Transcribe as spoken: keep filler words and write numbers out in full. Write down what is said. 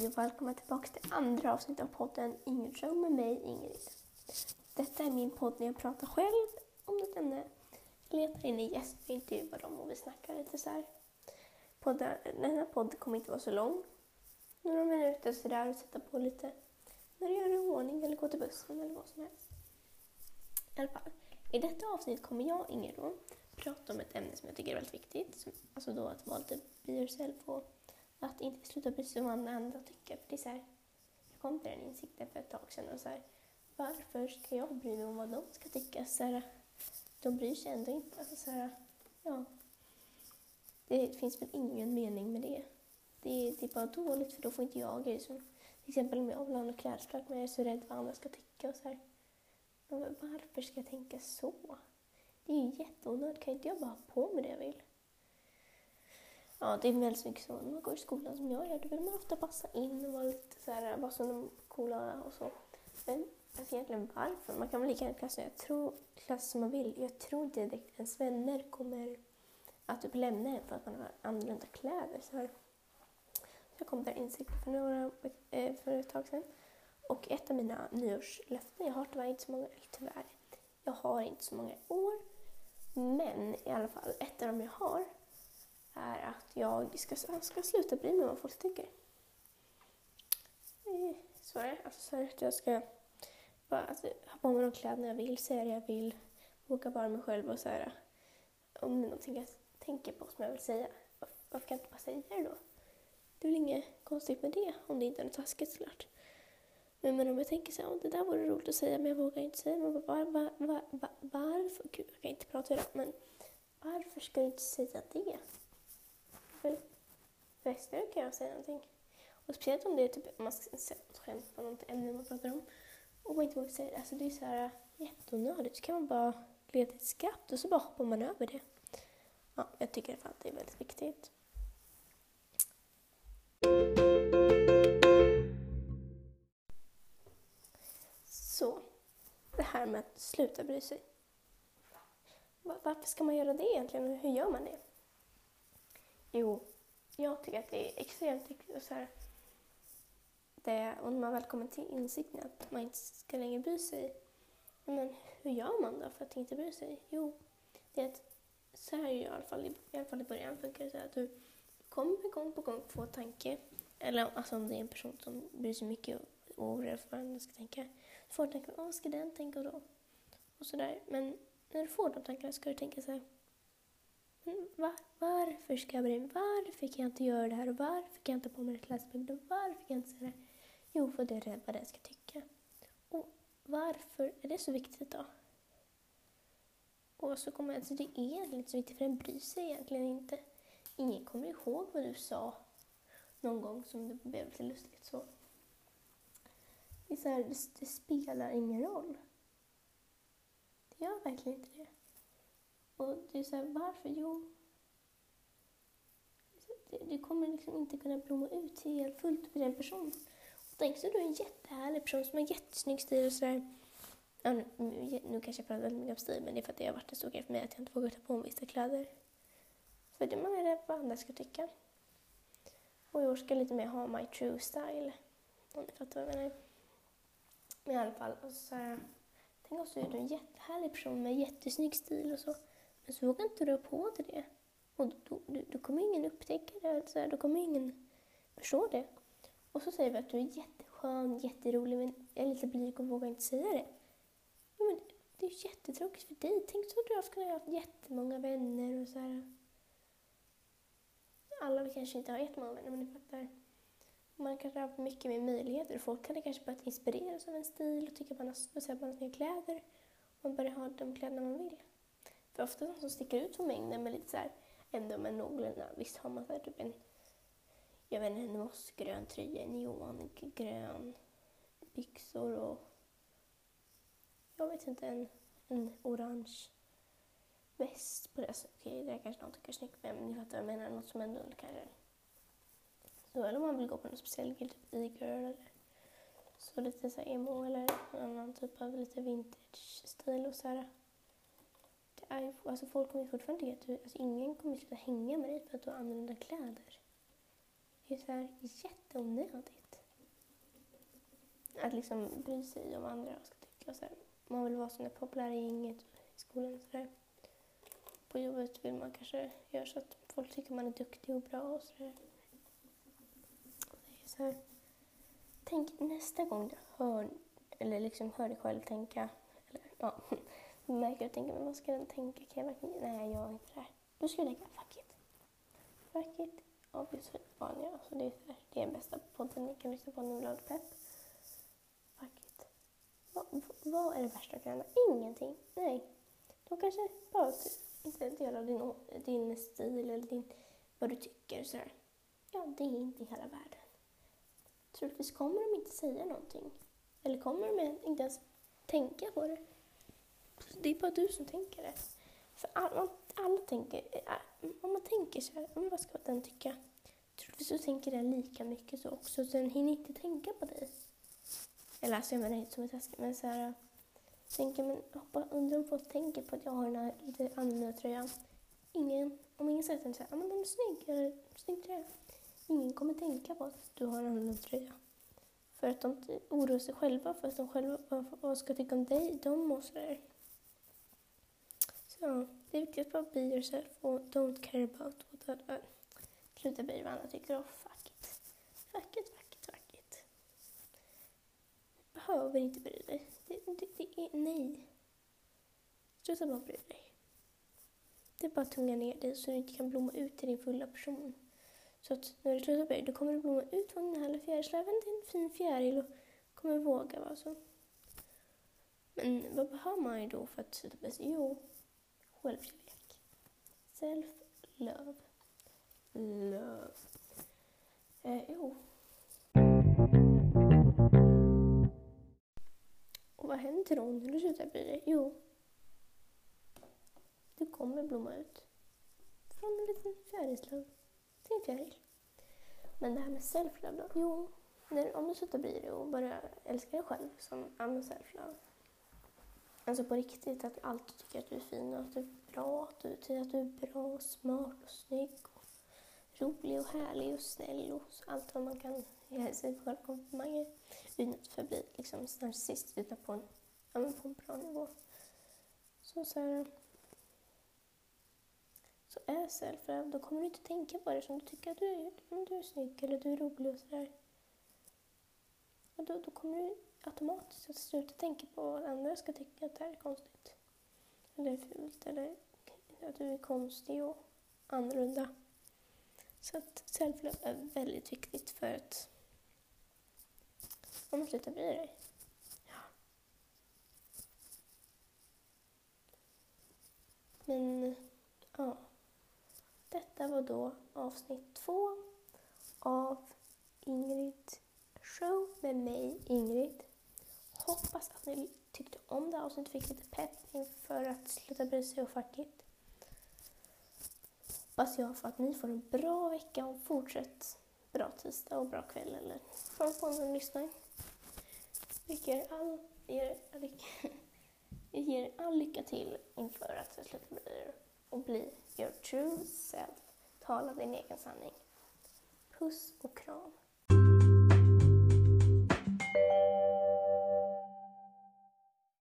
Hej och välkomna tillbaka till andra avsnitt av podden Ingrid Show med mig, Ingrid. Detta är min podd när jag pratar själv om ett ämne. Jag letar in i gäster och intervjuar dem och vi snackar lite så här. Podden, den här podden kommer inte vara så lång. Några minuter sådär och sätta på lite när du gör en ordning eller går till bussen eller vad som helst. I alla fall, i detta avsnitt kommer jag, Ingrid, då, prata om ett ämne som jag tycker är väldigt viktigt. Som, alltså då att vara lite be yourself och att inte sluta bry sig om vad andra tycker. För det är så här, jag kom till den insikten för ett tag sedan och så här, varför ska jag bry mig om vad de ska tycka? Så här, de bryr sig ändå inte. Alltså så här, ja, det finns väl ingen mening med det. Det är, det är bara dåligt för då får inte jag grejer som till exempel om jag vill ha något klädesplagg men jag är så rädd vad andra ska tycka och så här. Men varför ska jag tänka så? Det är ju jätteonödigt, kan inte jag bara ha på med det jag vill? Ja, det är väldigt mycket så. När man går i skolan som jag gör, då vill man ofta passa in och vara lite så här, vara som de coola och så. Men alltså egentligen varför? Man kan väl lika gärna klassa, jag tror, klass som man vill. Jag tror inte direkt ens vänner kommer att typ lämna en för att man har annorlunda kläder. Så här. Jag kom där insikt för, några, för ett tag sedan. Och ett av mina nyårslöften, jag har tyvärr inte så många, eller tyvärr, jag har inte så många år. Men i alla fall, ett av dem jag har är att jag ska, ska sluta bry mig om vad folk tycker. Så är det. Alltså så är det att jag ska bara alltså, ha på mig de kläderna jag vill, säga det jag vill, våga vara mig själv och så här. Om det är någonting jag tänker på som jag vill säga, varför, varför kan jag inte bara säga det då? Det är väl inget konstigt med det, om det inte är något taskigt såklart. Men, men om jag tänker så här, det där vore roligt att säga, men jag vågar inte säga. Men var, var, var, var, varför? Gud, jag kan inte prata idag, men varför ska du inte säga det? Väl, resten kan jag säga någonting. Och speciellt om det är typ, man ska säga något skämt på något ämne man pratar om. Och man inte vågar säga det, alltså det är så här jätteonödigt. Så kan man bara leta ett skratt och så bara hoppar man över det. Ja, jag tycker att det är väldigt viktigt. Så, det här med att sluta bry sig. Varför ska man göra det egentligen? Hur gör man det? Jo, jag tycker att det är extremt viktigt att så här, det, och när man väl kommer till insikten att man inte ska längre bry sig. Men hur gör man då för att inte bry sig? Jo, det är att så här i alla fall i, i, alla fall i början funkar det så här att du kommer gång på gång få tanke. Eller alltså om det är en person som bryr sig mycket och oroar för vad andra ska tänka. Du får tänka, vad ska den tänka då? Och sådär. Men när du får de tankarna ska du tänka så här. Men var, varför ska jag bry mig? Varför kan jag inte göra det här? Och varför kan jag inte på mig ett klädesplagg? Och varför kan jag inte säga det här? Jo, för det är rädd vad det ska tycka. Och varför är det så viktigt då? Och så kommer alltså det är egentligen inte så viktigt för den bryr sig egentligen inte. Ingen kommer ihåg vad du sa någon gång som det blev lite lustigt så. Det är så här, det, det spelar ingen roll. Det gör verkligen inte det. Och det är så här, varför? Jo. Du kommer liksom inte kunna blomma ut helt fullt med den personen. Och tänk så du är en jättehärlig person som har jättesnygg stil och sådär. Ja, nu, nu kanske jag pratar väldigt mycket om stil, men det är för att det har varit en stor grej för mig att jag inte vågar ta på mig vissa kläder. För det man är rädd vad andra ska tycka. Och jag ska lite mer ha my true style. Om ni fattar vad jag menar. Men i alla fall, och så här, tänk också att du är en jättehärlig person med jättesnygg stil och så. Men så vågar inte du ha på dig det. Och då, då, då kommer ingen upptäcka det. Så här, då kommer ingen förstå det. Och så säger vi att du är jätteskön, jätterolig, men jag är lite blyg och vågar inte säga det. Ja, men det är jättetråkigt för dig. Tänk så att du skulle ha haft jättemånga vänner och så här. Alla vi kanske inte har jättemånga vänner, men ni fattar. Man kanske har haft mycket mer möjligheter. Folk hade kanske börjat inspireras av en stil och tycka att man har, man har snygga kläder. Och man börjar ha de kläderna man vill. För ofta de som sticker ut från mängden med lite så här, ändå med någorlunda. Visst har man så här typ en, jag vet inte, en mossgrön tröja, en neongrön byxor och jag vet inte, en, en orange väst på det. Så, okej, det är kanske någon tycker är snyggt med, men ni fattar vad jag menar, något som ändå kanske. Så eller om man vill gå på någon speciell grej, typ e-girl eller så lite så här emo eller en annan typ av lite vintage-stil och så här. Det är ju, alltså folk kommer fortfarande tycka att du, alltså ingen kommer sluta hänga med dig för att du har annorlunda kläder. Det är så här jätteonödigt. Att liksom bry sig om andra ska tycka. Så här. Man vill vara sån där populär i inget i skolan. Så där. På jobbet vill man kanske göra så att folk tycker man är duktig och bra. Och så där. Det är så här. Tänk nästa gång du hör, eller liksom hör dig själv tänka. Eller, ja, du märker att tänka, men vad ska den tänka? Kan jag verkligen? Nej, jag gör inte det här. Då ska jag tänka, fuck it. Fuck it. Obviously, vanliga. Alltså det, är så här, det är den bästa podden ni kan lyssna på när ni vill pepp. Fuck it. Vad, vad är det värsta som kan hända? Ingenting. Nej. De kanske bara inte delar din, din stil eller din, vad du tycker. Så här. Ja, det är inte hela världen. Troligtvis kommer de inte säga någonting. Eller kommer de inte ens tänka på det. Det är bara du som tänker det. För alla, alla tänker, om man tänker så här, vad ska den tycka? Troligtvis så tänker den lika mycket så också, så den hinner inte tänka på dig. Eller alltså jag menar inte som är taskigt, men så här, tänker, men hoppa, undrar om folk tänker på att jag har den här lite annorlunda tröjan. Ingen, om ingen säger till så här, ja men den är snygg, eller snygg tröja. Ingen kommer tänka på att du har en annorlunda tröja. För att de oroar sig själva, för att de själva vad ska tycka om dig, de och sådär. Så det är viktigt att bara be yourself och don't care about what other. Sluta bry vad andra tycker och fuck it. Fuck it, fuck it, fuck it. Du behöver inte bry dig. Det, det, det är nej. Sluta bara bry dig. Det är bara att tunga ner dig så du inte kan blomma ut till din fulla person. Så att när du slutar bry dig, då kommer du blomma ut från den här fjärilsläven till en fin fjäril och kommer våga vara så. Men vad behöver man ju då för att sluta bry sig? Jo, självkärlek. Self-love. Love. Eh, jo. Och vad händer då när du slutar bry dig? Jo. Du kommer blomma ut. Från en liten fjärilslöv till en fjäril. Men det här med self-love då? Jo. När, om du slutar bry dig och bara älskar dig själv som använder self-love. Alltså på riktigt, att du alltid tycker att du är fin och att du är bra. Att du tycker att du är bra och smart och snygg och rolig och härlig och snäll och allt vad man kan ge sig själv komplimanger. Utan att förbli liksom narcissist utan på en, ja, men på en bra nivå. Så så här, så är self-love, då kommer du inte tänka på det som du tycker att du är, om du är snygg eller du är rolig och sådär. Och då, då kommer du automatiskt att sluta tänka på att andra ska tycka att det här är konstigt. Eller fult, eller att du är konstig och annorlunda. Så att self-love är väldigt viktigt för att om man slutar bry dig. Ja. Men, ja. Detta var då avsnitt två av Ingrid Show med mig, Ingrid. Hoppas att ni tyckte om det här avsnittet, fick lite pepp inför att sluta bry sig och fuck it. Hoppas jag för att ni får en bra vecka och fortsätt bra tisdag och bra kväll eller från på någon lyssnar. Jag ger all, ger, jag ger all lycka till inför att sluta bry er och bli your true self. Tala din egen sanning. Puss och kram.